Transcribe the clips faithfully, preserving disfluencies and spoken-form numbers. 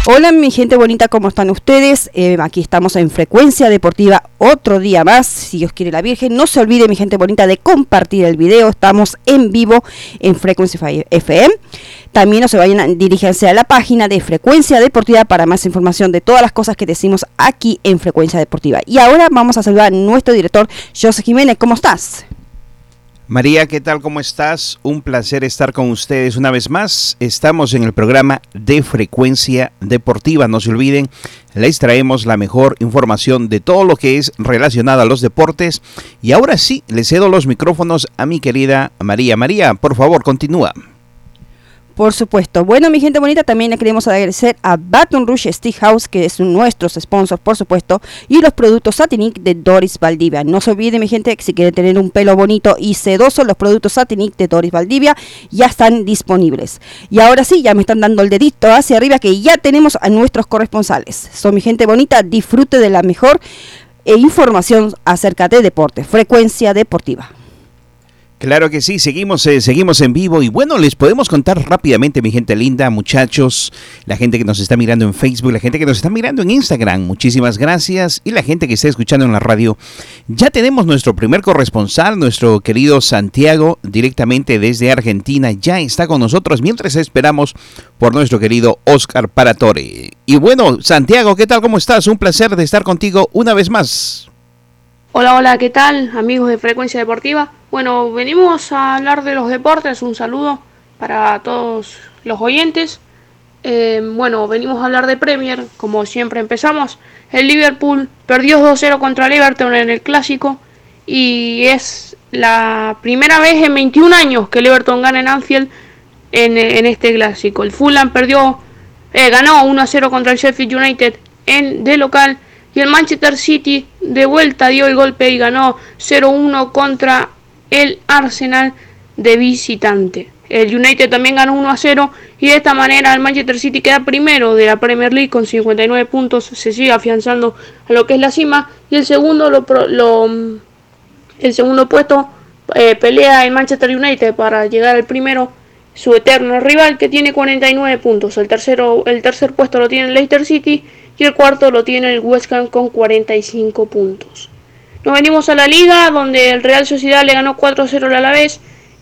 Hola mi gente bonita, ¿cómo están ustedes? Eh, aquí estamos en Frecuencia Deportiva, otro día más, si Dios quiere la Virgen. No se olvide mi gente bonita de compartir el video, estamos en vivo en Frecuencia F M. También no se vayan, diríjanse a la página de Frecuencia Deportiva para más información de todas las cosas que decimos aquí en Frecuencia Deportiva. Y ahora vamos a saludar a nuestro director, José Jiménez, ¿cómo estás? María, ¿qué tal? ¿Cómo estás? Un placer estar con ustedes una vez más. Estamos en el programa de Frecuencia Deportiva. No se olviden, les traemos la mejor información de todo lo que es relacionado a los deportes. Y ahora sí, le cedo los micrófonos a mi querida María. María, por favor, continúa. Por supuesto. Bueno, mi gente bonita, también le queremos agradecer a Baton Rouge Steakhouse, que es nuestros sponsors, por supuesto, y los productos Satinic de Doris Valdivia. No se olvide, mi gente, que si quieren tener un pelo bonito y sedoso, los productos Satinic de Doris Valdivia ya están disponibles. Y ahora sí, ya me están dando el dedito hacia arriba, que ya tenemos a nuestros corresponsales. Son mi gente bonita, disfrute de la mejor eh, información acerca de deporte. Frecuencia Deportiva. Claro que sí, seguimos, eh, seguimos en vivo y bueno, les podemos contar rápidamente, mi gente linda, muchachos, la gente que nos está mirando en Facebook, la gente que nos está mirando en Instagram, muchísimas gracias, y la gente que está escuchando en la radio. Ya tenemos nuestro primer corresponsal, nuestro querido Santiago, directamente desde Argentina, ya está con nosotros mientras esperamos por nuestro querido Oscar Paratore. Y bueno, Santiago, ¿qué tal? ¿Cómo estás? Un placer de estar contigo una vez más. Hola, hola, ¿qué tal, amigos de Frecuencia Deportiva? Bueno, venimos a hablar de los deportes, un saludo para todos los oyentes. Eh, bueno, venimos a hablar de Premier, como siempre empezamos. El Liverpool perdió dos cero contra el Everton en el Clásico y es la primera vez en veintiún años que el Everton gana en Anfield en, en este Clásico. El Fulham perdió, eh, ganó uno a cero contra el Sheffield United en, de local. Y el Manchester City de vuelta dio el golpe y ganó cero uno contra el Arsenal de visitante. El United también ganó uno a cero y de esta manera el Manchester City queda primero de la Premier League con cincuenta y nueve puntos, se sigue afianzando a lo que es la cima, y el segundo lo, lo el segundo puesto eh, pelea el Manchester United para llegar al primero, su eterno rival, que tiene cuarenta y nueve puntos. El tercero el tercer puesto lo tiene el Leicester City y el cuarto lo tiene el West Ham con cuarenta y cinco puntos. Nos venimos a la Liga, donde el Real Sociedad le ganó cuatro a cero al Alavés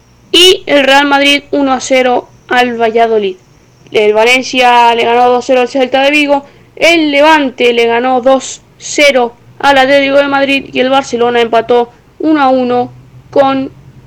y el Real Madrid uno a cero al Valladolid. El Valencia le ganó dos a cero al Celta de Vigo, el Levante le ganó dos a cero al Atlético de Madrid y el Barcelona empató uno a uno con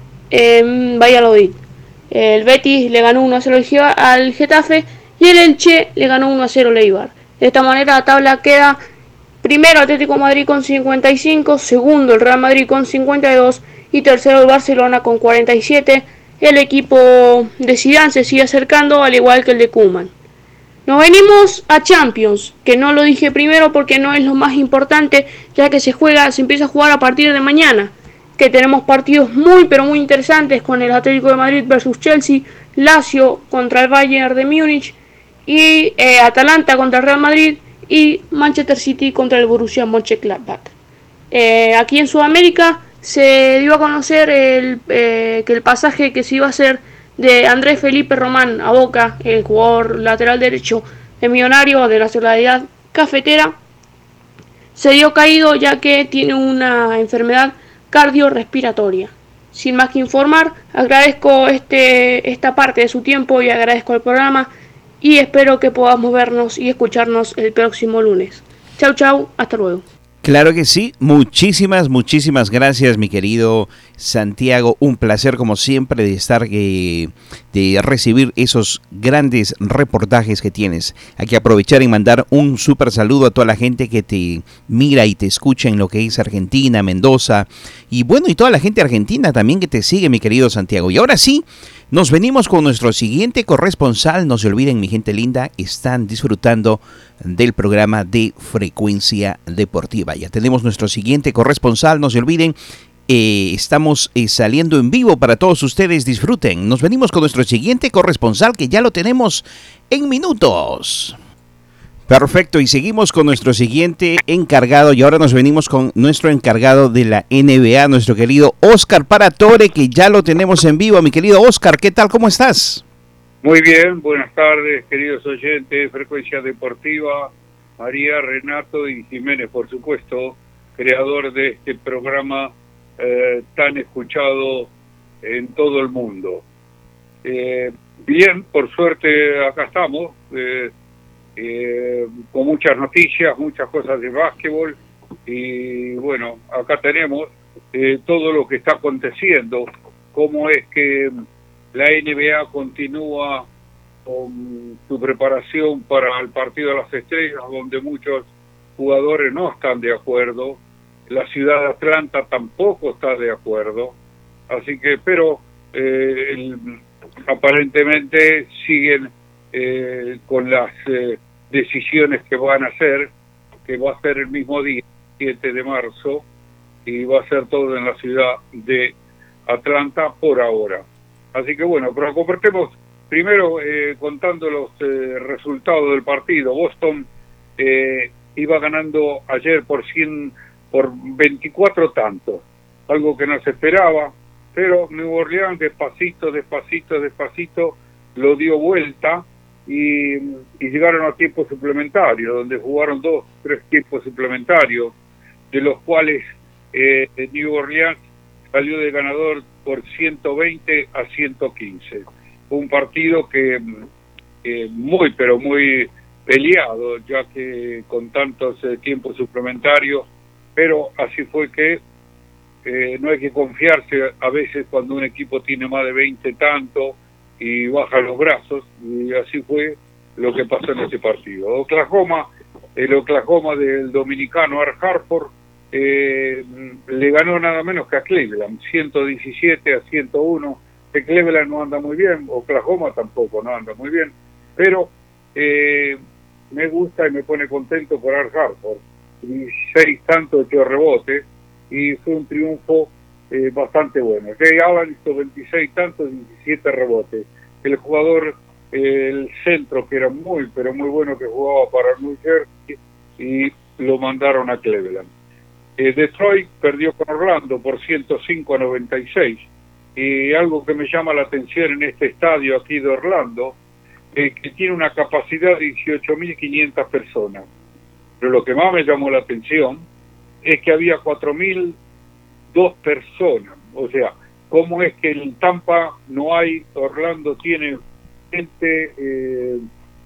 eh, Valladolid. El Betis le ganó uno a cero al Getafe y el Elche le ganó uno a cero al Eibar. De esta manera la tabla queda: primero Atlético de Madrid con cincuenta y cinco, segundo el Real Madrid con cincuenta y dos y tercero el Barcelona con cuarenta y siete. El equipo de Zidane se sigue acercando, al igual que el de Koeman. Nos venimos a Champions, que no lo dije primero porque no es lo más importante, ya que se juega, se empieza a jugar a partir de mañana, que tenemos partidos muy pero muy interesantes con el Atlético de Madrid versus Chelsea, Lazio contra el Bayern de Múnich, y eh, Atalanta contra el Real Madrid y Manchester City contra el Borussia Mönchengladbach. Eh, aquí en Sudamérica se dio a conocer el, eh, que el pasaje que se iba a hacer de Andrés Felipe Román a Boca, el jugador lateral derecho de Millonario de la nacionalidad cafetera, se dio caído ya que tiene una enfermedad cardiorrespiratoria. Sin más que informar, agradezco este, esta parte de su tiempo y agradezco el programa. Y espero que podamos vernos y escucharnos el próximo lunes. Chau, chau, hasta luego. Claro que sí, muchísimas, muchísimas gracias, mi querido Santiago. Un placer, como siempre, de estar, eh, de recibir esos grandes reportajes que tienes. Hay que aprovechar y mandar un súper saludo a toda la gente que te mira y te escucha en lo que es Argentina, Mendoza. Y bueno, y toda la gente argentina también que te sigue, mi querido Santiago. Y ahora sí, nos venimos con nuestro siguiente corresponsal. No se olviden, mi gente linda, están disfrutando del programa de Frecuencia Deportiva. Ya tenemos nuestro siguiente corresponsal, no se olviden, eh, estamos eh, saliendo en vivo para todos ustedes, disfruten. Nos venimos con nuestro siguiente corresponsal, que ya lo tenemos en minutos. Perfecto, y seguimos con nuestro siguiente encargado, y ahora nos venimos con nuestro encargado de la N B A, nuestro querido Oscar Paratore, que ya lo tenemos en vivo. Mi querido Oscar, ¿qué tal? ¿Cómo estás? Muy bien, buenas tardes, queridos oyentes, Frecuencia Deportiva, María, Renato y Jiménez, por supuesto, creador de este programa eh, tan escuchado en todo el mundo. Eh, bien, por suerte acá estamos, eh, eh, con muchas noticias, muchas cosas de básquetbol, y bueno, acá tenemos eh, todo lo que está aconteciendo, cómo es que la N B A continúa con su preparación para el partido de las estrellas, donde muchos jugadores no están de acuerdo. La ciudad de Atlanta tampoco está de acuerdo. Así que, pero eh, el, aparentemente siguen eh, con las eh, decisiones que van a hacer, que va a ser el mismo día, siete de marzo, y va a ser todo en la ciudad de Atlanta por ahora. Así que bueno, pero compartemos primero eh, contando los eh, resultados del partido. Boston eh, iba ganando ayer por cien, por veinticuatro tantos, algo que no se esperaba, pero New Orleans despacito, despacito, despacito lo dio vuelta y, y llegaron a tiempo suplementario, donde jugaron dos, tres tiempos suplementarios, de los cuales eh, New Orleans salió de ganador por ciento veinte a ciento quince. Un partido que eh, muy, pero muy peleado, ya que con tantos eh, tiempos suplementarios, pero así fue que eh, no hay que confiarse a veces cuando un equipo tiene más de veinte tanto y baja los brazos, y así fue lo que pasó en este partido. Oklahoma, el Oklahoma del dominicano Al Horford, Eh, le ganó nada menos que a Cleveland, ciento diecisiete a ciento uno. Que Cleveland no anda muy bien, Oklahoma tampoco no anda muy bien, pero eh, me gusta y me pone contento por Al Horford, y seis tantos, ocho rebotes, y fue un triunfo eh, bastante bueno. Jay Allen hizo veintiséis tantos, diecisiete rebotes. El jugador, eh, el centro, que era muy, pero muy bueno, que jugaba para New Jersey, y lo mandaron a Cleveland. Eh, Detroit perdió con Orlando por ciento cinco a noventa y seis, y algo que me llama la atención en este estadio aquí de Orlando, eh, que tiene una capacidad de dieciocho mil quinientas personas, pero lo que más me llamó la atención es que había cuatro mil dos personas. O sea, cómo es que en Tampa no hay, Orlando tiene gente, eh,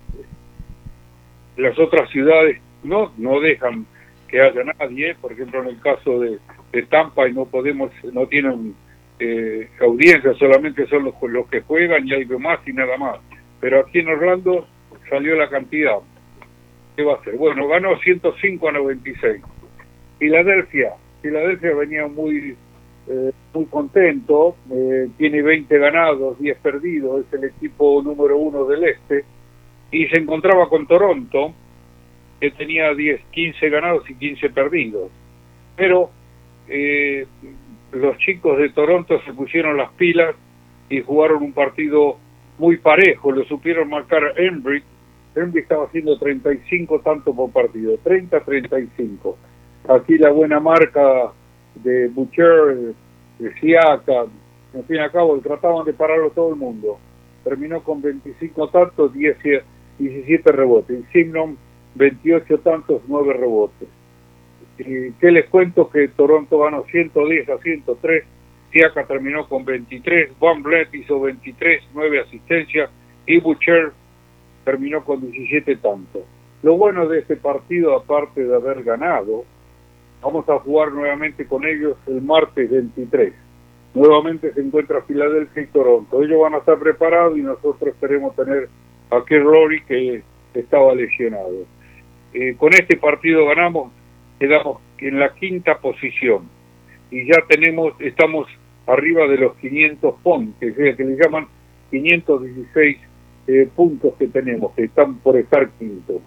las otras ciudades no no dejan que haya nadie. Por ejemplo, en el caso de, de Tampa, y no podemos, no tienen eh, audiencia, solamente son los, los que juegan y algo más y nada más. Pero aquí en Orlando salió la cantidad. ¿Qué va a ser? Bueno, ganó ciento cinco a noventa y seis. Filadelfia, Filadelfia venía muy eh, muy contento, eh, tiene veinte ganados, diez perdidos, es el equipo número uno del este, y se encontraba con Toronto, que tenía diez, quince ganados y quince perdidos. Pero eh, los chicos de Toronto se pusieron las pilas y jugaron un partido muy parejo, lo supieron marcar a Embry. Embry estaba haciendo treinta y cinco tantos por partido, treinta a treinta y cinco. Aquí la buena marca de Boucher, de Siakam, en fin y al cabo, trataban de pararlo todo el mundo. Terminó con veinticinco tantos, diez, diecisiete rebotes. Simon, veintiocho tantos, nueve rebotes. Y que les cuento que Toronto ganó ciento diez a ciento tres, Siakam terminó con veintitrés, Van Vliet hizo veintitrés, nueve asistencias, y Boucher terminó con diecisiete tantos. Lo bueno de este partido, aparte de haber ganado, vamos a jugar nuevamente con ellos el martes veintitrés. Nuevamente se encuentra Filadelfia y Toronto. Ellos van a estar preparados y nosotros esperemos tener a Kyle Lowry, que estaba lesionado. Eh, con este partido ganamos, quedamos en la quinta posición y ya tenemos, estamos arriba de los quinientos puntos, que, que le llaman quinientos dieciséis eh, puntos que tenemos, que están por estar quinto.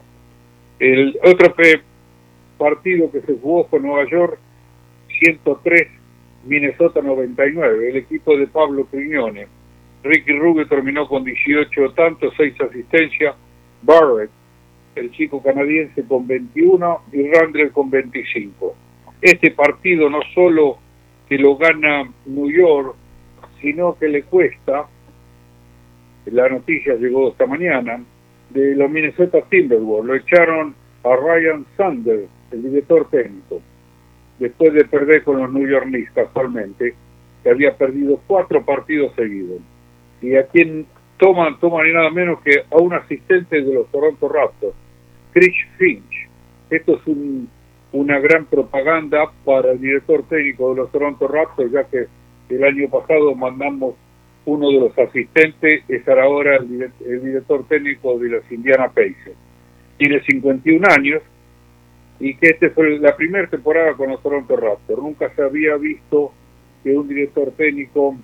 El otro pe- partido que se jugó con Nueva York, ciento tres, Minnesota noventa y nueve, el equipo de Pablo Quiñones. Ricky Rubio terminó con dieciocho tantos, seis asistencias, Barrett, el chico canadiense, con veintiuno, y Randle con veinticinco. Este partido no solo que lo gana New York, sino que le cuesta la noticia llegó esta mañana, de los Minnesota Timberwolves. Lo echaron a Ryan Sanders, el director técnico, después de perder con los New York Knicks casualmente, que había perdido cuatro partidos seguidos. Y a quien toman, toman ni nada menos que a un asistente de los Toronto Raptors, Chris Finch. Esto es un, una gran propaganda para el director técnico de los Toronto Raptors, ya que el año pasado mandamos uno de los asistentes, es ahora el, direct, el director técnico de los Indiana Pacers. Tiene cincuenta y un años, y que esta fue la primera temporada con los Toronto Raptors. Nunca se había visto que un director técnico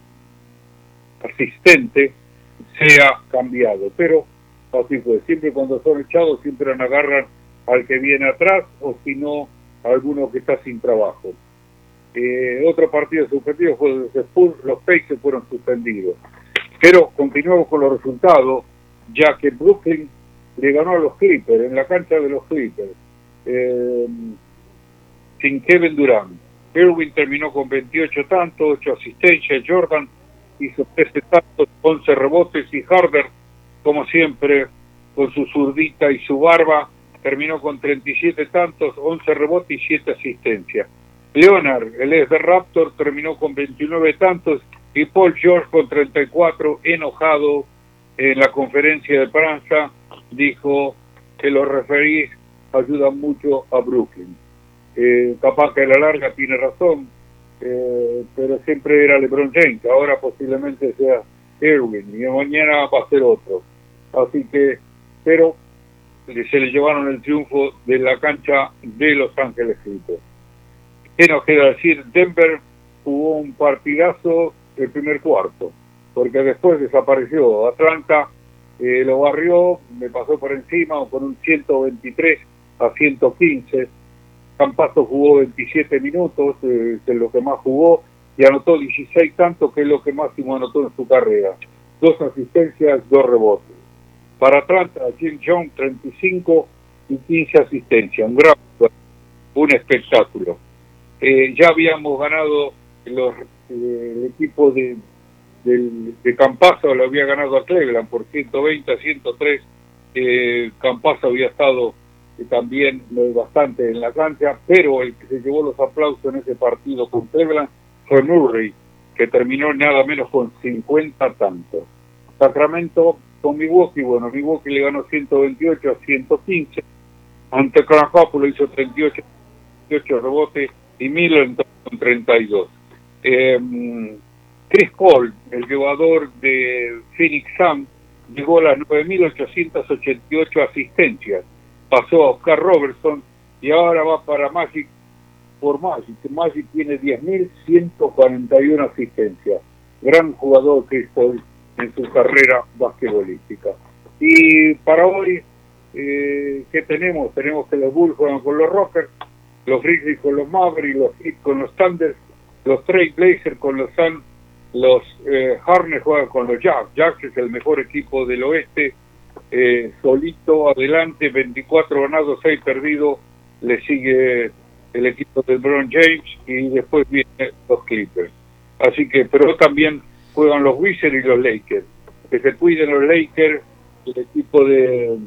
asistente sea cambiado, pero así fue. Siempre cuando son echados, siempre agarran al que viene atrás, o si no, a alguno que está sin trabajo. Eh, otro partido suspendido fue los Spurs, los Pacers fueron suspendidos. Pero continuamos con los resultados, ya que Brooklyn le ganó a los Clippers, en la cancha de los Clippers, eh, sin Kevin Durant. Irving terminó con veintiocho tantos, ocho asistencias. Jordan hizo trece tantos, once rebotes, y Harden, como siempre, con su zurdita y su barba, terminó con treinta y siete tantos, once rebotes y siete asistencias. Leonard, el ex de Raptor, terminó con veintinueve tantos, y Paul George con treinta y cuatro, enojado en la conferencia de prensa, dijo que los referees ayudan mucho a Brooklyn. Eh, capaz que a la larga tiene razón, eh, pero siempre era LeBron James, ahora posiblemente sea Irving, y mañana va a ser otro. Así que, pero se le llevaron el triunfo de la cancha de Los Ángeles Clippers. ¿Qué nos queda decir? Denver jugó un partidazo el primer cuarto, porque después desapareció. Atlanta eh, lo barrió, me pasó por encima con un ciento veintitrés a ciento quince. Campazzo jugó veintisiete minutos, eh, que es lo que más jugó, y anotó dieciséis tantos, que es lo que máximo anotó en su carrera. Dos asistencias, dos rebotes. Para Atlanta, Jim Jones, treinta y cinco y quince asistencias. Un gran, un espectáculo. Eh, ya habíamos ganado los, eh, el equipo de, de, de Campazzo, lo había ganado a Cleveland por ciento veinte a ciento tres. Eh, Campazzo había estado eh, también eh, bastante en la cancha, pero el que se llevó los aplausos en ese partido con Cleveland fue Murray, que terminó nada menos con cincuenta tantos. Sacramento con Milwaukee, bueno, Milwaukee le ganó ciento veintiocho a ciento quince. Ante Cracópolis hizo treinta y ocho, treinta y ocho rebotes, y Miller con treinta y dos. Eh, Chris Paul, el jugador de Phoenix Suns, llegó a las nueve mil ochocientas ochenta y ocho asistencias. Pasó a Oscar Robertson y ahora va para Magic por Magic. Magic tiene diez mil ciento cuarenta y uno asistencias. Gran jugador Chris Paul en su carrera basquetbolística. Y para hoy, eh, ¿qué tenemos? Tenemos que los Bulls juegan con los Rockets, los Grizzlies con los Mavericks, los Heat con los Thunder, los Trail Blazers con los Suns, los eh, Hornets juegan con los Jazz. Jazz es el mejor equipo del oeste, eh, solito adelante, veinticuatro ganados, seis perdidos, le sigue el equipo de LeBron James y después vienen los Clippers. Así que, pero también juegan los Wizards y los Lakers. Que se cuiden los Lakers, el equipo de,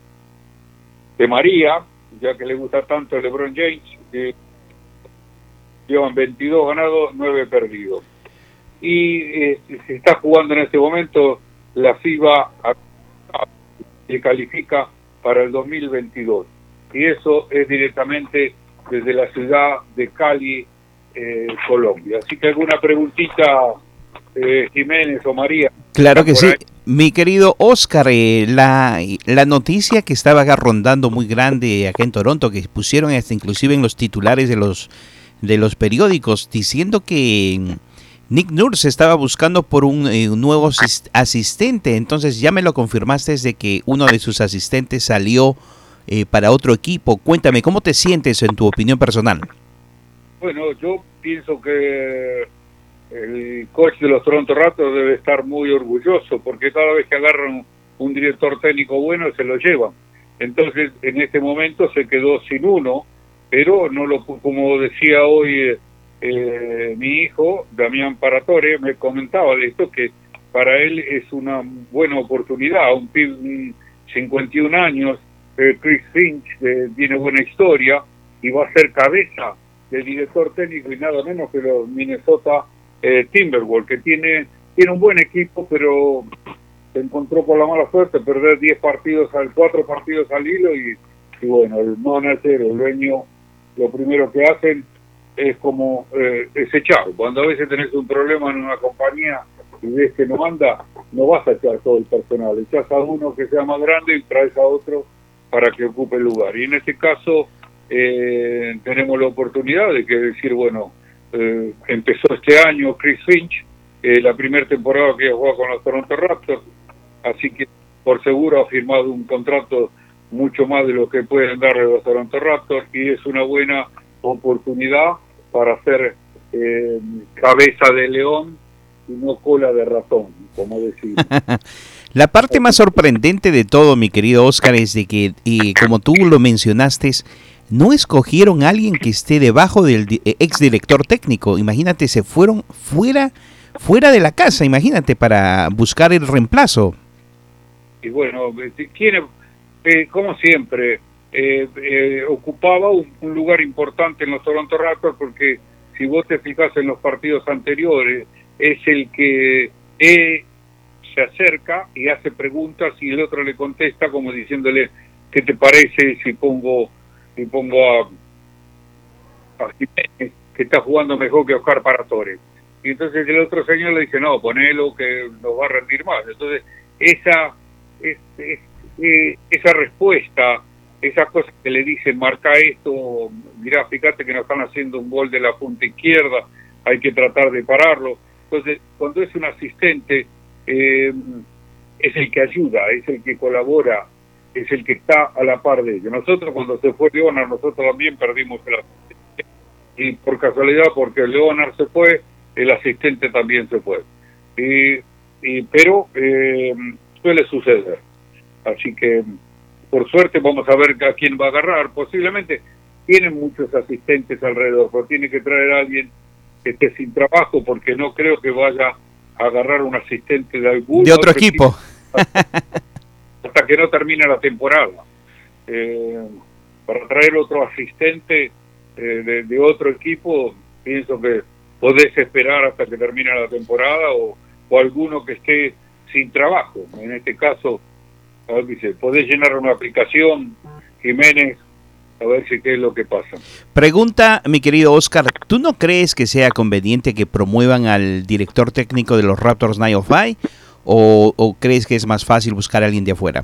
de María, ya que le gusta tanto a LeBron James, eh, llevan veintidós ganados, nueve perdidos. Y eh, se está jugando en este momento la FIBA a, a, que califica para el dos mil veintidós. Y eso es directamente desde la ciudad de Cali, eh, Colombia. Así que alguna preguntita, eh, Jiménez o María. Claro que sí. Ahí. Mi querido Oscar, eh, la, la noticia que estaba acá rondando muy grande acá en Toronto, que pusieron hasta inclusive en los titulares de los de los periódicos, diciendo que Nick Nurse estaba buscando por un, eh, un nuevo asistente. Entonces ya me lo confirmaste de que uno de sus asistentes salió eh, para otro equipo. Cuéntame, ¿cómo te sientes en tu opinión personal? Bueno, yo pienso que el coach de los Toronto Raptors debe estar muy orgulloso, porque cada vez que agarran un director técnico bueno se lo llevan. Entonces, en este momento se quedó sin uno, pero no lo, como decía hoy eh, mi hijo, Damián Paratore, me comentaba de esto, que para él es una buena oportunidad. Un pibe de cincuenta y un años, eh, Chris Finch, eh, tiene buena historia y va a ser cabeza del director técnico y nada menos que los Minnesota eh, Timberwolves, que tiene, tiene un buen equipo, pero se encontró por la mala suerte perder diez partidos al cuatro partidos al hilo y, y bueno, el manager, el dueño, lo primero que hacen es como eh, es echar. Cuando a veces tenés un problema en una compañía y ves que no anda, no vas a echar todo el personal, echás a uno que sea más grande y traes a otro para que ocupe el lugar. Y en este caso eh, tenemos la oportunidad de que decir, bueno, eh, empezó este año Chris Finch, eh, la primera temporada que jugó con los Toronto Raptors, así que por seguro ha firmado un contrato mucho más de lo que pueden darle los Toronto Raptors y es una buena oportunidad para hacer eh, cabeza de león y no cola de ratón, como decimos. La parte más sorprendente de todo, mi querido Oscar, es de que, y como tú lo mencionaste, no escogieron a alguien que esté debajo del di- ex director técnico. Imagínate, se fueron fuera, fuera de la casa, imagínate, para buscar el reemplazo. Y bueno, ¿quién, eh, como siempre, eh, eh, ocupaba un, un lugar importante en los Toronto Raptors? Porque si vos te fijas en los partidos anteriores, es el que eh, se acerca y hace preguntas y el otro le contesta como diciéndole, ¿qué te parece si pongo si pongo a, a Jiménez, que está jugando mejor que Oscar Paratore? Y entonces el otro señor le dice, no, ponelo que nos va a rendir más. Entonces esa es, es, eh, esa respuesta, esas cosas que le dicen, marca esto, mirá, fíjate que nos están haciendo un gol de la punta izquierda, hay que tratar de pararlo. Entonces, cuando es un asistente, eh, es el que ayuda, es el que colabora, es el que está a la par de ellos. Nosotros cuando se fue Leonard, nosotros también perdimos el asistente. Y por casualidad, porque Leonard se fue, el asistente también se fue. Y, y, pero eh, suele suceder. Así que, por suerte, vamos a ver a quién va a agarrar. Posiblemente tienen muchos asistentes alrededor, pero tiene que traer a alguien que esté sin trabajo, porque no creo que vaya a agarrar un asistente de algún de otro, otro equipo hasta, hasta que no termine la temporada. Eh, para traer otro asistente eh, de, de otro equipo, pienso que podés esperar hasta que termine la temporada o, o alguno que esté sin trabajo. En este caso, a ver, dice, podés llenar una aplicación, Jiménez, a ver si qué es lo que pasa. Pregunta, mi querido Oscar, ¿tú no crees que sea conveniente que promuevan al director técnico de los Raptors nueve oh cinco o, o crees que es más fácil buscar a alguien de afuera?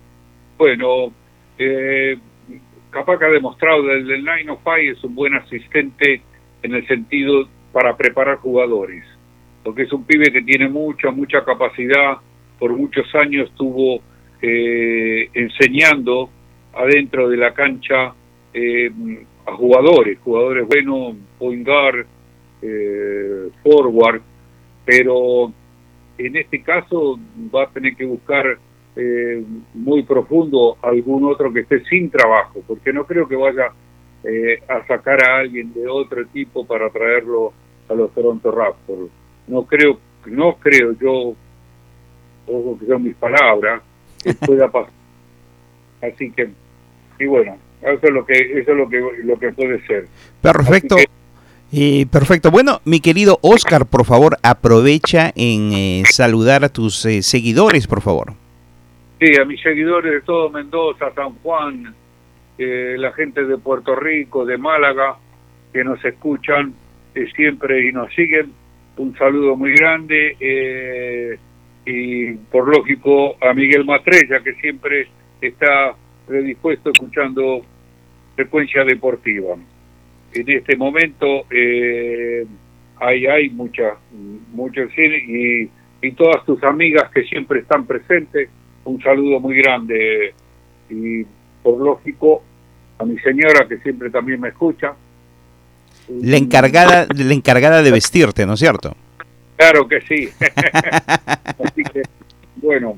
Bueno, eh, capaz que ha demostrado desde el nueve oh cinco es un buen asistente en el sentido para preparar jugadores, porque es un pibe que tiene mucha, mucha capacidad, por muchos años estuvo eh, enseñando adentro de la cancha eh, a jugadores, jugadores buenos, point guard, eh, forward, pero en este caso va a tener que buscar eh, muy profundo algún otro que esté sin trabajo, porque no creo que vaya eh, a sacar a alguien de otro equipo para traerlo a los Toronto Raptors. No creo, no creo yo, ojo que son mis palabras, que pueda pasar. Así que, y bueno, eso es lo que eso es lo que lo que puede ser. Perfecto. Eh, perfecto. Bueno, mi querido Oscar, por favor, aprovecha en eh, saludar a tus eh, seguidores, por favor. Sí, a mis seguidores de todo Mendoza, San Juan, eh, la gente de Puerto Rico, de Málaga, que nos escuchan eh, siempre y nos siguen. Un saludo muy grande eh, y, por lógico, a Miguel Matrella, que siempre está predispuesto escuchando Frecuencia Deportiva. En este momento eh, hay, hay mucha, mucho cine y, y todas tus amigas que siempre están presentes, un saludo muy grande y por lógico a mi señora que siempre también me escucha. La encargada, la encargada de vestirte, ¿no es cierto? Claro que sí. Así que, bueno,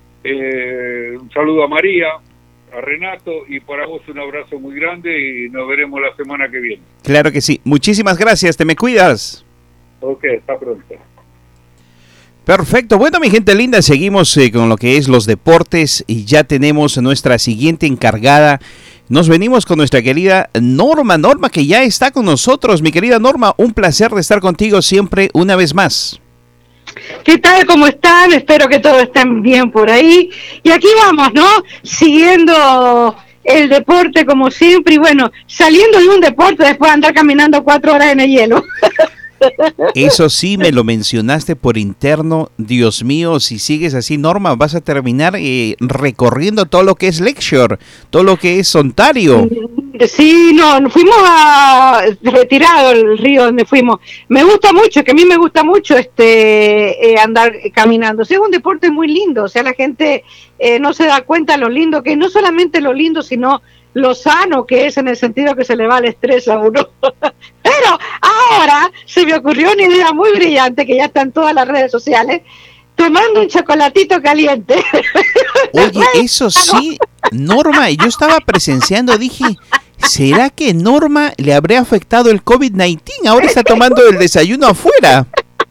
eh, un saludo a María, a Renato y para vos un abrazo muy grande y nos veremos la semana que viene. Claro que sí. Muchísimas gracias, te me cuidas. Ok, hasta pronto. Perfecto, bueno mi gente linda, seguimos eh, con lo que es los deportes y ya tenemos nuestra siguiente encargada. Nos venimos con nuestra querida Norma, Norma que ya está con nosotros. Mi querida Norma, un placer de estar contigo siempre una vez más. ¿Qué tal? ¿Cómo están? Espero que todos estén bien por ahí. Y aquí vamos, ¿no? Siguiendo el deporte como siempre y bueno, saliendo de un deporte después de andar caminando cuatro horas en el hielo. Eso sí, me lo mencionaste por interno. Dios mío, si sigues así, Norma, vas a terminar eh, recorriendo todo lo que es Lakeshore, todo lo que es Ontario. Sí, no, fuimos a retirado el río donde fuimos. Me gusta mucho, que a mí me gusta mucho este eh, andar caminando. Sí, es un deporte muy lindo, o sea, la gente eh, no se da cuenta lo lindo que es, no solamente lo lindo, sino lo sano que es en el sentido que se le va el estrés a uno. Pero ahora se me ocurrió una idea muy brillante que ya está en todas las redes sociales, tomando un chocolatito caliente. Oye, eso sí, Norma, yo estaba presenciando, dije, ¿será que Norma le habría afectado el COVID diecinueve? Ahora está tomando el desayuno afuera.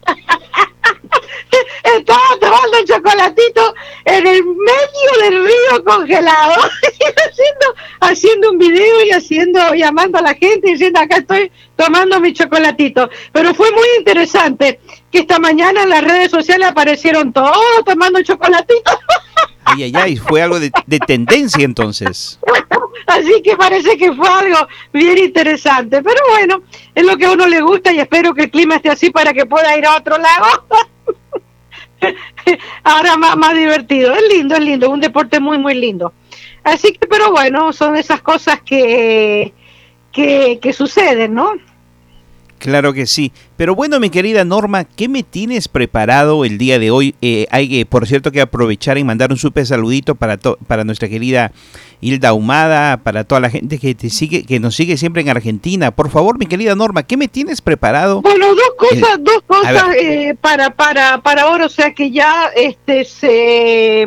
Estaba tomando un chocolatito en el medio del río congelado, haciendo, haciendo un video y haciendo, llamando a la gente y diciendo acá estoy tomando mi chocolatito. Pero fue muy interesante que esta mañana en las redes sociales aparecieron todos tomando chocolatito. Ay, ay, ay, fue algo de, de tendencia entonces. Así que parece que fue algo bien interesante. Pero bueno, es lo que a uno le gusta y espero que el clima esté así para que pueda ir a otro lado. Ahora más, más divertido, es lindo, es lindo, es un deporte muy muy lindo. Así que, pero bueno, son esas cosas que, que, que suceden, ¿no? Claro que sí. Pero bueno, mi querida Norma, ¿qué me tienes preparado el día de hoy? Eh, hay que, por cierto, que aprovechar y mandar un súper saludito para to- para nuestra querida Hilda Humada, para toda la gente que te sigue, que nos sigue siempre en Argentina. Por favor, mi querida Norma, ¿qué me tienes preparado? Bueno, dos cosas, Eh, dos cosas eh, para para para ahora, o sea que ya este se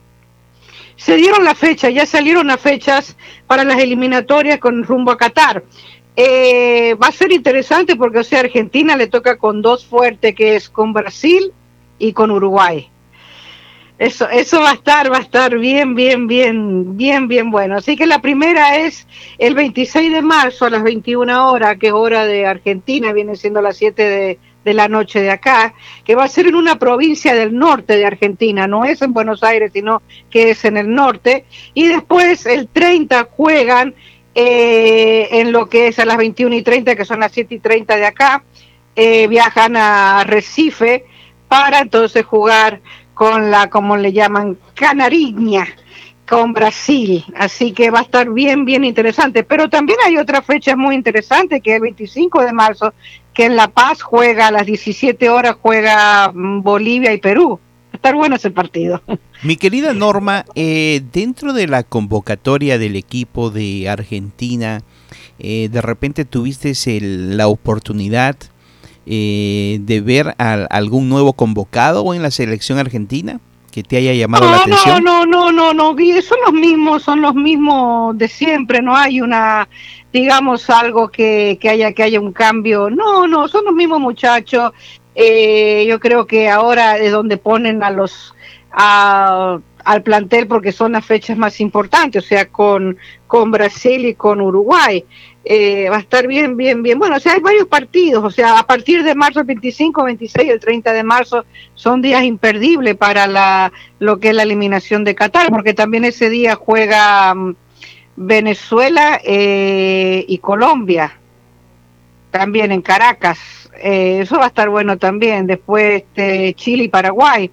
se dieron la fecha, ya salieron las fechas para las eliminatorias con rumbo a Qatar. Eh, va a ser interesante porque, o sea, Argentina le toca con dos fuertes, que es con Brasil y con Uruguay. Eso, eso va a estar, va a estar bien, bien, bien, bien, bien bueno. Así que la primera es el veintiséis de marzo a las veintiuna horas, que es hora de Argentina, viene siendo las siete de, de la noche de acá, que va a ser en una provincia del norte de Argentina, no es en Buenos Aires, sino que es en el norte. Y después el treinta juegan Eh, en lo que es a las veintiuna y treinta, que son las siete y treinta de acá, eh, viajan a Recife para entonces jugar con la, como le llaman, Canariña, con Brasil. Así que va a estar bien, bien interesante. Pero también hay otra fecha muy interesante, que es el veinticinco de marzo, que en La Paz juega a las diecisiete horas, juega Bolivia y Perú. Va a estar bueno ese partido. Mi querida Norma, eh, dentro de la convocatoria del equipo de Argentina, eh, de repente tuviste el, la oportunidad eh, de ver a, a algún nuevo convocado en la selección argentina que te haya llamado no, la atención. No, no, no, no, no, son los mismos, son los mismos de siempre, no hay una, digamos, algo que, que haya que haya un cambio, no, no, son los mismos muchachos. Eh, yo creo que ahora es donde ponen a los a, al plantel porque son las fechas más importantes, o sea, con, con Brasil y con Uruguay. Eh, va a estar bien, bien, bien. Bueno, o sea, hay varios partidos, o sea, a partir de marzo, el veinticinco, veintiséis, el treinta de marzo, son días imperdibles para la lo que es la eliminación de Qatar, porque también ese día juega um, Venezuela eh, y Colombia, también en Caracas. Eh, eso va a estar bueno también. Después este, Chile y Paraguay.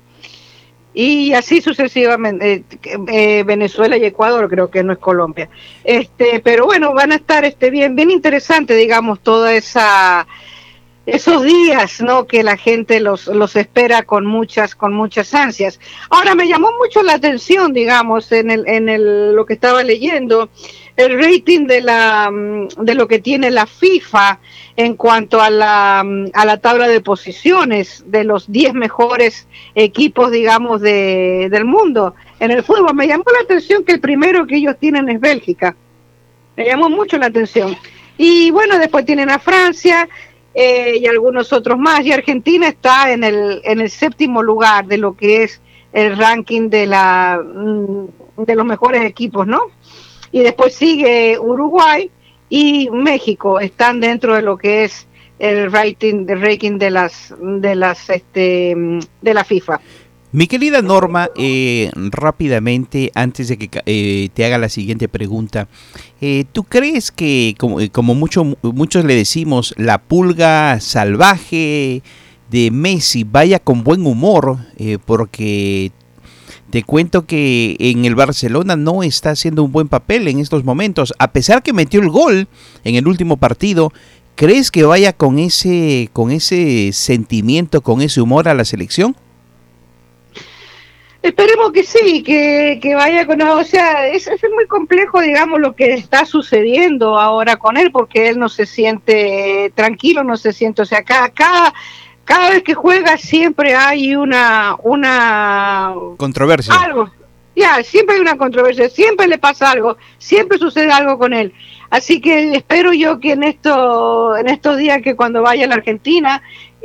Y así sucesivamente, eh, eh, Venezuela y Ecuador, creo que no es Colombia. Este, pero bueno, van a estar este bien, bien interesante, digamos, toda esa esos días, ¿no? Que la gente los los espera con muchas con muchas ansias. Ahora me llamó mucho la atención, digamos, en el en el lo que estaba leyendo, el rating de la de lo que tiene la FIFA en cuanto a la a la tabla de posiciones de los diez mejores equipos, digamos, de del mundo en el fútbol. Me llamó la atención que el primero que ellos tienen es Bélgica. Me llamó mucho la atención. Y bueno, después tienen a Francia. eh, y algunos otros más. Y Argentina está en el, en el séptimo lugar de lo que es el ranking de, la, de los mejores equipos, ¿no? Y después sigue Uruguay y México, están dentro de lo que es el rating, el ranking de las, de las, este, de la FIFA. Mi querida Norma, eh, rápidamente, antes de que eh, te haga la siguiente pregunta, eh, ¿tú crees que, como, como mucho, muchos le decimos, la pulga salvaje de Messi vaya con buen humor? Eh, porque te cuento que en el Barcelona no está haciendo un buen papel en estos momentos, a pesar que metió el gol en el último partido. ¿Crees que vaya con ese, con ese sentimiento, con ese humor a la selección? Esperemos que sí, que, que vaya con... O sea, es, es muy complejo, digamos, lo que está sucediendo ahora con él, porque él no se siente tranquilo, no se siente... O sea, cada, cada, cada vez que juega siempre hay una... una controversia. Algo. Ya, siempre hay una controversia, siempre le pasa algo, siempre sucede algo con él. Así que espero yo que en, esto, en estos días que cuando vaya a la Argentina...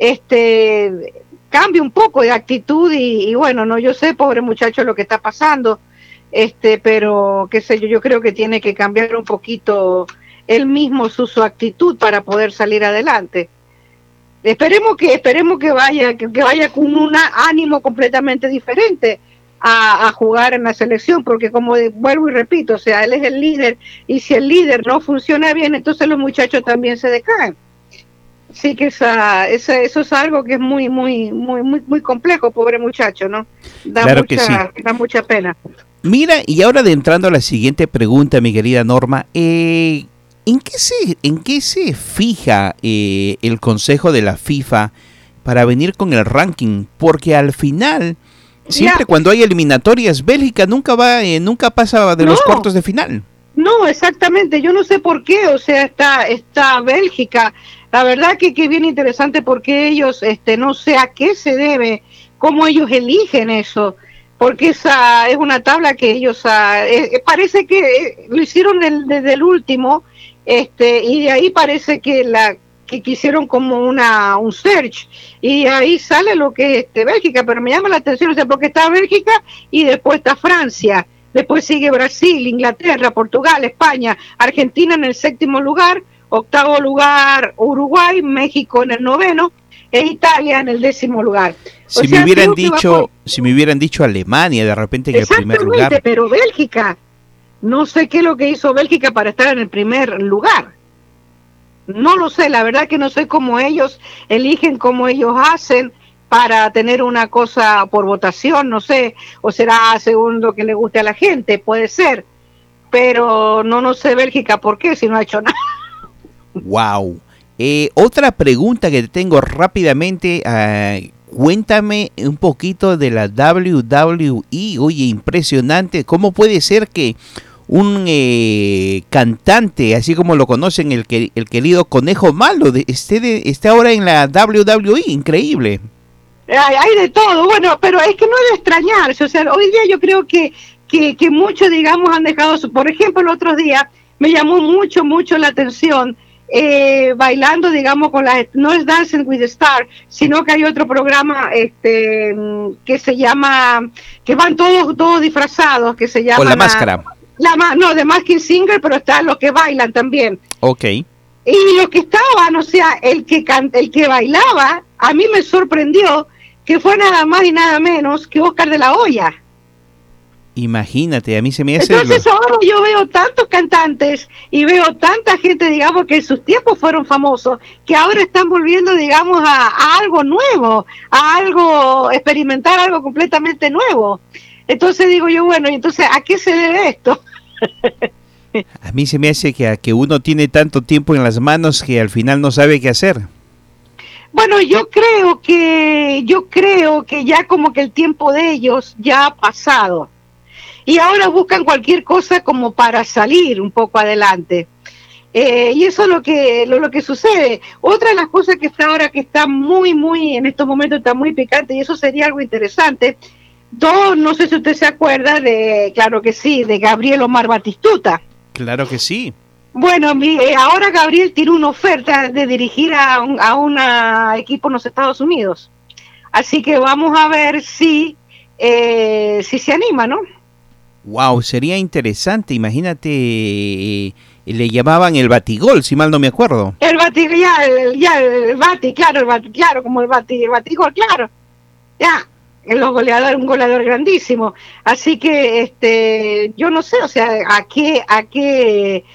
este cambie un poco de actitud y, y bueno, no, yo sé, pobre muchacho, lo que está pasando, este, pero qué sé yo, yo creo que tiene que cambiar un poquito él mismo su, su actitud para poder salir adelante. Esperemos que, esperemos que vaya, que, que vaya con un ánimo completamente diferente a, a jugar en la selección, porque como vuelvo y repito, o sea, él es el líder, y si el líder no funciona bien, entonces los muchachos también se decaen. Sí, que esa, esa, eso es algo que es muy, muy, muy, muy, muy complejo, pobre muchacho, ¿no? Da claro mucha, que sí. Da mucha pena. Mira, y ahora adentrando a la siguiente pregunta, mi querida Norma, eh, ¿en qué se, en qué se fija eh, el Consejo de la FIFA para venir con el ranking? Porque al final, siempre ya. cuando hay eliminatorias, Bélgica nunca va, eh, nunca pasa de no. los cuartos de final. No, exactamente, yo no sé por qué, o sea, está, está Bélgica, la verdad que, que es bien interesante porque ellos, este, no sé a qué se debe, cómo ellos eligen eso, porque esa es una tabla que ellos, uh, eh, parece que eh, lo hicieron del, desde el último, este, y de ahí parece que la que quisieron como una un search, y ahí sale lo que es este, Bélgica, pero me llama la atención, o sea, porque está Bélgica y después está Francia. Después sigue Brasil, Inglaterra, Portugal, España, Argentina en el séptimo lugar, octavo lugar Uruguay, México en el noveno e Italia en el décimo lugar. Si o sea, me hubieran dicho, por... si me hubieran dicho Alemania de repente en el primer lugar. Pero Bélgica, no sé qué es lo que hizo Bélgica para estar en el primer lugar. No lo sé, la verdad que no sé cómo ellos eligen, cómo ellos hacen para tener una cosa por votación, no sé, o será según lo que le guste a la gente, puede ser, pero no, no sé Bélgica por qué, si no ha hecho nada. Wow. Eh, otra pregunta que te tengo rápidamente, uh, cuéntame un poquito de la W W E, oye, impresionante, ¿cómo puede ser que un eh, cantante, así como lo conocen, el, que, el querido Conejo Malo, de, esté, de, esté ahora en la W W E? Increíble. Hay, hay de todo, bueno, pero es que no es de extrañarse, o sea, hoy día yo creo que, que, que muchos, digamos, han dejado, su, por ejemplo, el otro día me llamó mucho, mucho la atención, eh, bailando, digamos, con la, no es Dancing with the Stars, sino que hay otro programa, este, que se llama, que van todos, todos disfrazados, que se llama... Con la máscara. La, no, de Masked Singer, pero están los que bailan también. Ok. Y los que estaban, o sea, el que, can, el que bailaba, a mí me sorprendió, que fue nada más y nada menos que Oscar de la Hoya. Imagínate, a mí se me hace... Entonces lo... ahora yo veo tantos cantantes y veo tanta gente, digamos, que en sus tiempos fueron famosos, que ahora están volviendo, digamos, a, a algo nuevo, a algo, experimentar algo completamente nuevo. Entonces digo yo, bueno, ¿y entonces a qué se debe esto? A mí se me hace que, a que uno tiene tanto tiempo en las manos que al final no sabe qué hacer. Bueno, yo creo que yo creo que ya como que el tiempo de ellos ya ha pasado y ahora buscan cualquier cosa como para salir un poco adelante, eh, y eso es lo que lo, lo que sucede. Otra de las cosas que está ahora que está muy muy en estos momentos está muy picante, y eso sería algo interesante. Dos, no sé si usted se acuerda de, claro que sí, de Gabriel Omar Batistuta. Claro que sí. Bueno, mi, eh, ahora Gabriel tiene una oferta de dirigir a un a una equipo en los Estados Unidos. Así que vamos a ver si, eh, si se anima, ¿no? Wow, sería interesante, imagínate, eh, le llamaban el batigol, si mal no me acuerdo. El bati, ya, el, ya, el bati, claro, el bati, claro, como el bati, el batigol, claro. Ya, el goleador, un goleador grandísimo. Así que, este, yo no sé, o sea, a qué, a qué,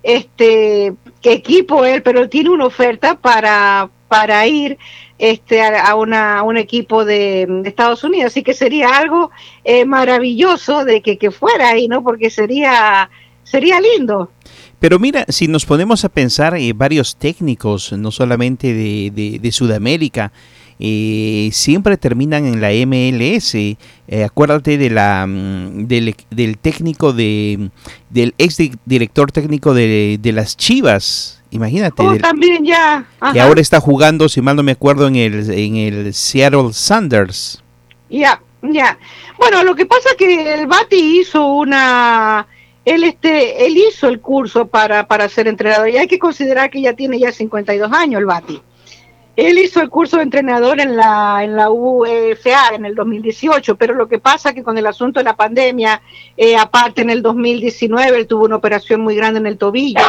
este, qué equipo él, pero tiene una oferta para, para ir, este, a, a, una, a un equipo de, de Estados Unidos. Así que sería algo eh, maravilloso de que, que fuera ahí, ¿no? Porque sería, sería lindo. Pero mira, si nos ponemos a pensar, eh, varios técnicos, no solamente de, de, de Sudamérica, eh, siempre terminan en la M L S. Eh, acuérdate de la del, del técnico de del ex director técnico de, de las Chivas. Imagínate. Oh, del, también ya. Ajá. Que ahora está jugando, si mal no me acuerdo, en el en el Seattle Sounders. Ya, ya. Bueno, lo que pasa es que el Bati hizo una él este él hizo el curso para para ser entrenador y hay que considerar que ya tiene ya cincuenta y dos años el Bati. Él hizo el curso de entrenador en la en la U E F A en el dos mil dieciocho, pero lo que pasa es que con el asunto de la pandemia, eh, aparte en el dos mil diecinueve él tuvo una operación muy grande en el tobillo,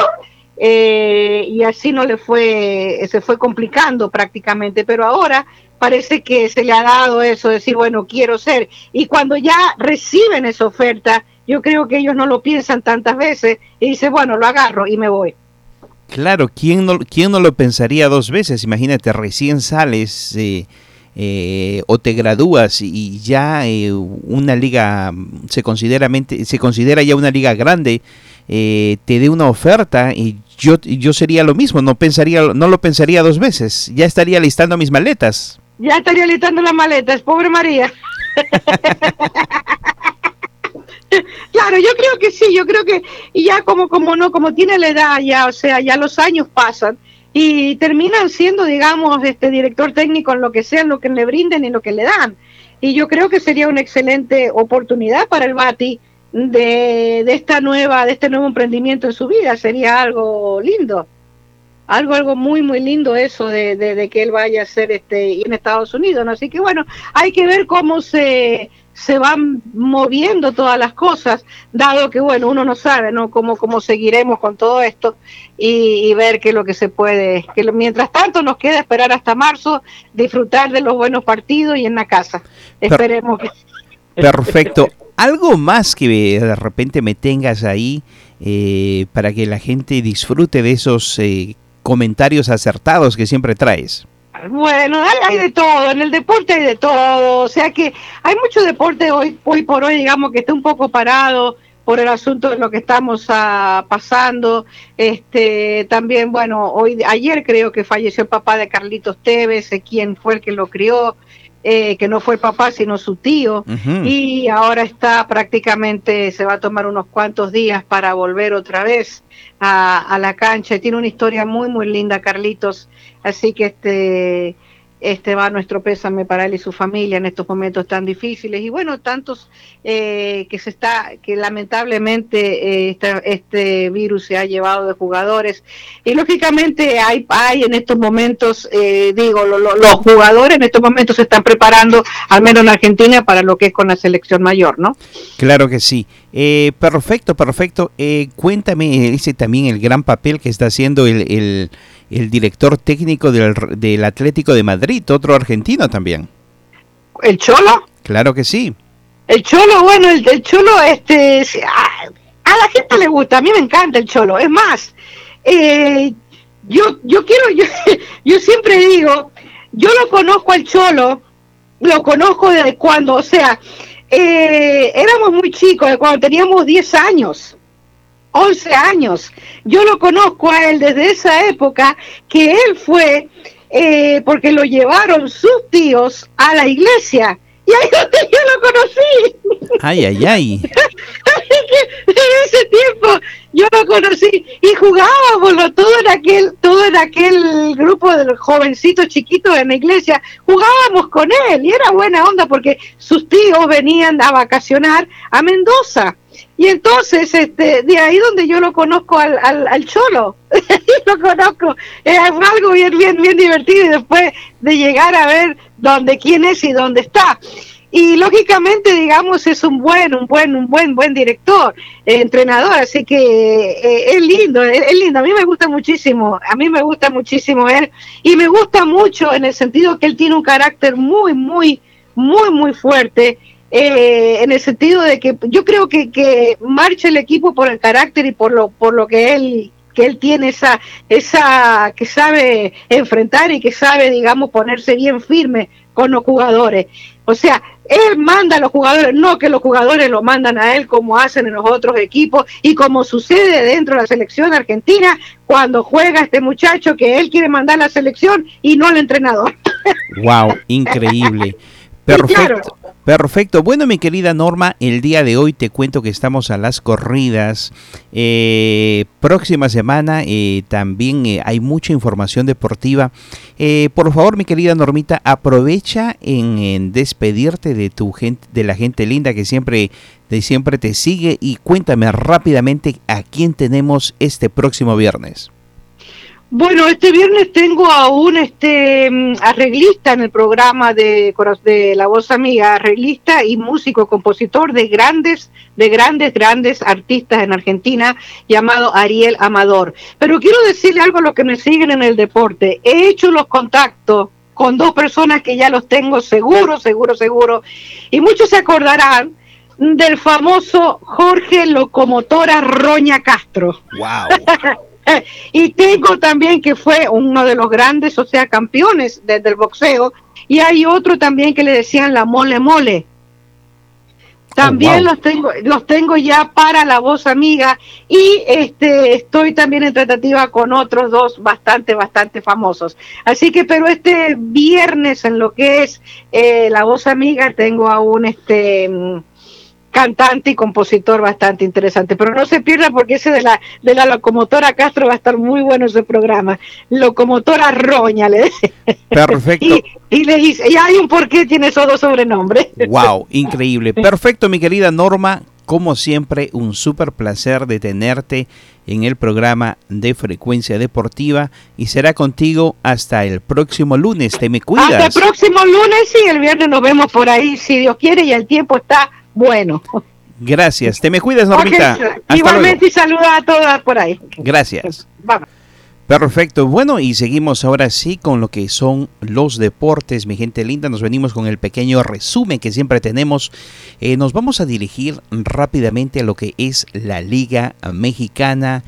eh, y así no le fue, se fue complicando prácticamente, pero ahora parece que se le ha dado eso, decir, bueno, quiero ser, y cuando ya reciben esa oferta, yo creo que ellos no lo piensan tantas veces, y dicen, bueno, lo agarro y me voy. Claro, ¿quién no, quién no lo pensaría dos veces? Imagínate, recién sales eh, eh, o te gradúas y ya eh, una liga se considera, se considera ya una liga grande, eh, te dé una oferta y yo, yo sería lo mismo, no pensaría, no lo pensaría dos veces, ya estaría listando mis maletas. Ya estaría listando las maletas, pobre María. Claro, yo creo que sí, yo creo que y ya como como no, como tiene la edad ya, o sea, ya los años pasan y terminan siendo, digamos, este director técnico en lo que sea, en lo que le brinden y lo que le dan. Y yo creo que sería una excelente oportunidad para el Bati de, de esta nueva, de este nuevo emprendimiento en su vida, sería algo lindo. Algo, algo muy, muy lindo eso de, de, de que él vaya a ser este en Estados Unidos, ¿no? Así que bueno, hay que ver cómo se, se van moviendo todas las cosas, dado que bueno, uno no sabe, ¿no? Cómo, cómo seguiremos con todo esto y, y ver qué es lo que se puede, que lo, mientras tanto nos queda esperar hasta marzo, disfrutar de los buenos partidos y en la casa. Per- Esperemos que... Perfecto. ¿Algo más que de repente me tengas ahí eh, para que la gente disfrute de esos eh, comentarios acertados que siempre traes? Bueno, hay, hay de todo, en el deporte hay de todo, o sea que hay mucho deporte hoy, hoy por hoy, digamos que está un poco parado por el asunto de lo que estamos uh, pasando, este, también, bueno, hoy, ayer creo que falleció el papá de Carlitos Tevez, quien fue el que lo crió, eh, que no fue el papá sino su tío, uh-huh. Y ahora está prácticamente, se va a tomar unos cuantos días para volver otra vez a, a la cancha, tiene una historia muy muy linda Carlitos, así que este este va nuestro pésame para él y su familia en estos momentos tan difíciles y bueno, tantos eh, que se está, que lamentablemente eh, este, este virus se ha llevado de jugadores y lógicamente hay, hay en estos momentos, eh, digo, lo, lo, los jugadores en estos momentos se están preparando, al menos en Argentina, para lo que es con la selección mayor, ¿no? Claro que sí. Eh, perfecto, perfecto. Eh, cuéntame ese también el gran papel que está haciendo el, el el director técnico del, del Atlético de Madrid, otro argentino también. ¿El Cholo? Claro que sí. El Cholo, bueno, el, el Cholo, este, a, a la gente le gusta, a mí me encanta el Cholo. Es más, eh, yo, yo quiero, yo, yo siempre digo, yo lo conozco al Cholo, lo conozco desde cuando, o sea, eh, éramos muy chicos, de cuando teníamos diez años. once años, yo lo conozco a él desde esa época que él fue, eh, porque lo llevaron sus tíos a la iglesia, y ahí donde yo lo conocí. Ay, ay, ay. En ese tiempo yo lo conocí, y jugábamos todo en aquel, todo en aquel grupo de los jovencitos chiquitos en la iglesia, jugábamos con él, y era buena onda porque sus tíos venían a vacacionar a Mendoza, y Y entonces, este, de ahí donde yo lo conozco al, al, al Cholo, lo conozco, es algo bien, bien, bien divertido, y después de llegar a ver dónde, quién es y dónde está. Y lógicamente, digamos, es un buen, un buen, un buen, buen director, eh, entrenador, así que eh, es lindo, es, es lindo. A mí me gusta muchísimo, a mí me gusta muchísimo él, y me gusta mucho en el sentido que él tiene un carácter muy, muy, muy, muy fuerte, eh, en el sentido de que yo creo que, que marcha el equipo por el carácter y por lo, por lo que él que él tiene esa, esa, que sabe enfrentar y que sabe, digamos, ponerse bien firme con los jugadores. O sea, él manda a los jugadores, no que los jugadores lo mandan a él como hacen en los otros equipos y como sucede dentro de la selección argentina cuando juega este muchacho que él quiere mandar a la selección y no al entrenador. Wow, increíble. Perfecto. Sí, claro. Perfecto. Bueno, mi querida Norma, el día de hoy te cuento que estamos a las corridas. Eh, próxima semana eh, también eh, hay mucha información deportiva. Eh, por favor, mi querida Normita, aprovecha en, en despedirte de tu gente, de la gente linda que siempre, de siempre te sigue, y cuéntame rápidamente a quién tenemos este próximo viernes. Bueno, este viernes tengo a un este arreglista en el programa de, de La Voz Amiga, arreglista y músico, compositor de grandes, de grandes, grandes artistas en Argentina, llamado Ariel Amador. Pero quiero decirle algo a los que me siguen en el deporte. He hecho los contactos con dos personas que ya los tengo seguro, seguro, seguro, y muchos se acordarán del famoso Jorge Locomotora Roña Castro. ¡Wow! Y tengo también que fue uno de los grandes, o sea, campeones desde el boxeo, y hay otro también que le decían la Mole Mole. También oh, wow. los tengo, los tengo ya para La Voz Amiga, y este estoy también en tratativa con otros dos bastante, bastante famosos. Así que, pero este viernes en lo que es eh, La Voz Amiga tengo a un este cantante y compositor bastante interesante, pero no se pierda porque ese de la de la Locomotora Castro va a estar muy bueno ese programa. Locomotora Roña le dice. Perfecto. y, y le dice, y hay un por qué tiene esos dos sobrenombres. Wow, increíble. Perfecto, mi querida Norma, como siempre un súper placer de tenerte en el programa de Frecuencia Deportiva, y será contigo hasta el próximo lunes. Te me cuidas. Hasta el próximo lunes, y el viernes nos vemos por ahí si Dios quiere y el tiempo está bueno. Gracias, te me cuidas, Normita. Okay. Igualmente, luego. Y saluda a todas por ahí. Gracias. Vamos. Perfecto, bueno, y seguimos ahora sí con lo que son los deportes, mi gente linda. Nos venimos con el pequeño resumen que siempre tenemos. Eh, nos vamos a dirigir rápidamente a lo que es la Liga Mexicana.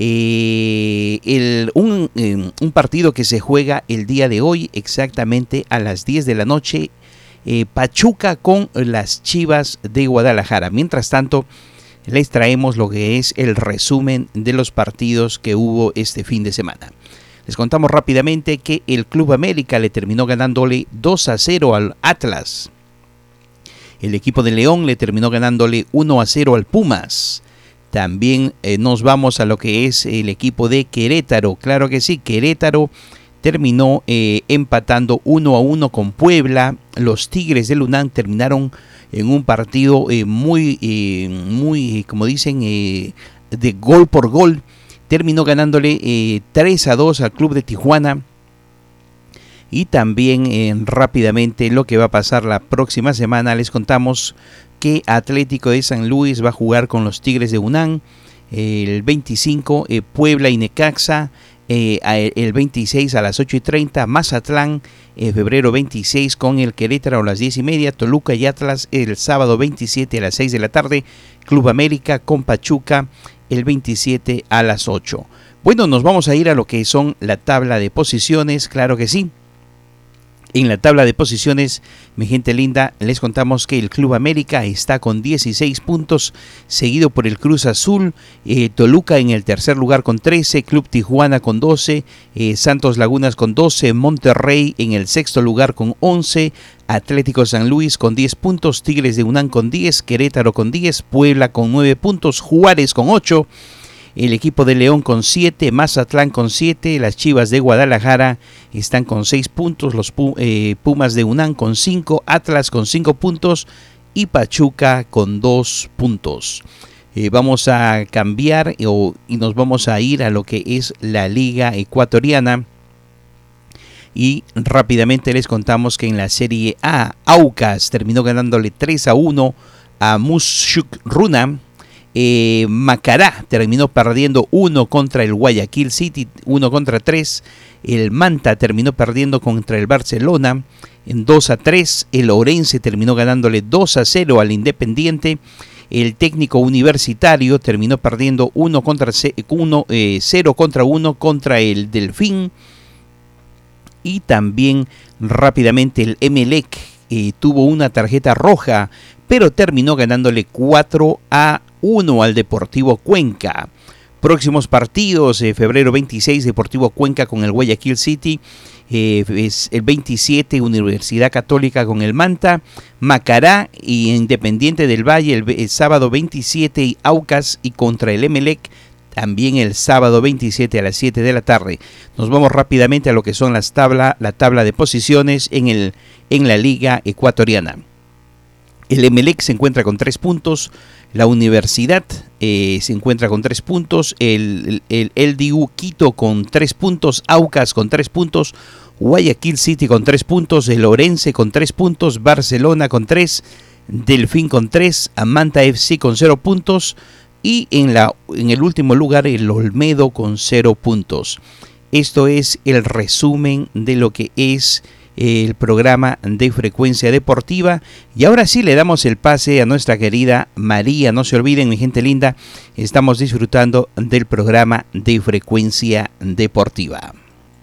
Eh, el, un, eh, un partido que se juega el día de hoy exactamente a las diez de la noche. Eh, Pachuca con las Chivas de Guadalajara. Mientras tanto, les traemos lo que es el resumen de los partidos que hubo este fin de semana. Les contamos rápidamente que el Club América le terminó ganándole dos a cero al Atlas. El equipo de León le terminó ganándole uno a cero al Pumas. También eh, nos vamos a lo que es el equipo de Querétaro. Claro que sí, Querétaro terminó eh, empatando uno a uno con Puebla. Los Tigres del UNAM terminaron en un partido eh, muy, eh, muy, como dicen, eh, de gol por gol. Terminó ganándole eh, tres a dos al Club de Tijuana. Y también eh, rápidamente lo que va a pasar la próxima semana, les contamos que Atlético de San Luis va a jugar con los Tigres de UNAM. El veinticinco, eh, Puebla y Necaxa. Eh, el veintiséis a las ocho y treinta, Mazatlán, eh, febrero veintiséis con el Querétaro a las diez y media, Toluca y Atlas el sábado veintisiete a las seis de la tarde, Club América con Pachuca el veintisiete a las ocho. Bueno, nos vamos a ir a lo que son la tabla de posiciones, claro que sí. En la tabla de posiciones, mi gente linda, les contamos que el Club América está con dieciséis puntos, seguido por el Cruz Azul, eh, Toluca en el tercer lugar con trece, Club Tijuana con doce, eh, Santos Lagunas con doce, Monterrey en el sexto lugar con once, Atlético San Luis con diez puntos, Tigres de UNAM con diez, Querétaro con diez, Puebla con nueve puntos, Juárez con ocho, el equipo de León con siete, Mazatlán con siete, las Chivas de Guadalajara están con seis puntos, los eh, Pumas de UNAM con cinco, Atlas con cinco puntos y Pachuca con dos puntos. Eh, vamos a cambiar eh, o, y nos vamos a ir a lo que es la Liga Ecuatoriana. Y rápidamente les contamos que en la Serie A, Aucas terminó ganándole tres a uno a Mushuk Runa. Eh, Macará terminó perdiendo uno contra el Guayaquil City, uno contra tres. El Manta terminó perdiendo contra el Barcelona en dos a tres. El Orense terminó ganándole dos a cero al Independiente. El Técnico Universitario terminó perdiendo uno contra uno, eh, cero contra uno contra el Delfín. Y también rápidamente el Emelec eh, tuvo una tarjeta roja, pero terminó ganándole cuatro a uno al Deportivo Cuenca. Próximos partidos, eh, febrero veintiséis, Deportivo Cuenca con el Guayaquil City. Eh, es el veintisiete, Universidad Católica con el Manta. Macará y Independiente del Valle el, el sábado veintisiete, y Aucas y contra el Emelec también el sábado veintisiete a las siete de la tarde. Nos vamos rápidamente a lo que son las tabla, la tabla de posiciones en, el, en la Liga Ecuatoriana. El Emelec se encuentra con tres puntos, la Universidad eh, se encuentra con tres puntos, el, el, el L D U Quito con tres puntos, Aucas con tres puntos, Guayaquil City con tres puntos, el Orense con tres puntos, Barcelona con tres, Delfín con tres, Manta F C con cero puntos y en, la, en el último lugar el Olmedo con cero puntos. Esto es el resumen de lo que es el programa de Frecuencia Deportiva. Y ahora sí le damos el pase a nuestra querida María. No se olviden, mi gente linda, estamos disfrutando del programa de Frecuencia Deportiva.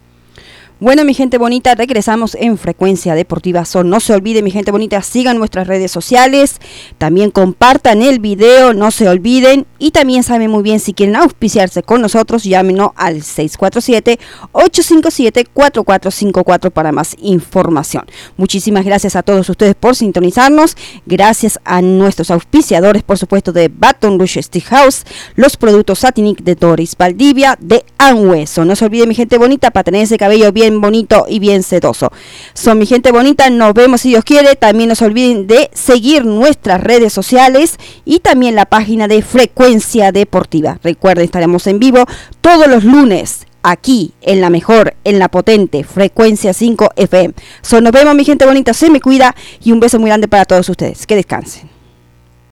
Bueno, mi gente bonita, regresamos en Frecuencia Deportiva Son. No se olviden, mi gente bonita, sigan nuestras redes sociales, también compartan el video, no se olviden, y también saben muy bien, si quieren auspiciarse con nosotros, llámenos al seis cuatro siete, ocho cinco siete, cuatro cuatro cinco cuatro para más información. Muchísimas gracias a todos ustedes por sintonizarnos, gracias a nuestros auspiciadores, por supuesto, de Baton Rouge Steakhouse, los productos Satinic de Doris Valdivia, de Anhueso. No se olviden, mi gente bonita, para tener ese cabello bien bonito y bien sedoso. Son mi gente bonita, nos vemos si Dios quiere. También no se olviden de seguir nuestras redes sociales y también la página de Frecuencia Deportiva. Recuerden, estaremos en vivo todos los lunes aquí en la mejor, en la potente Frecuencia cinco F M. So, nos vemos, mi gente bonita, se me cuida y un beso muy grande para todos ustedes. Que descansen.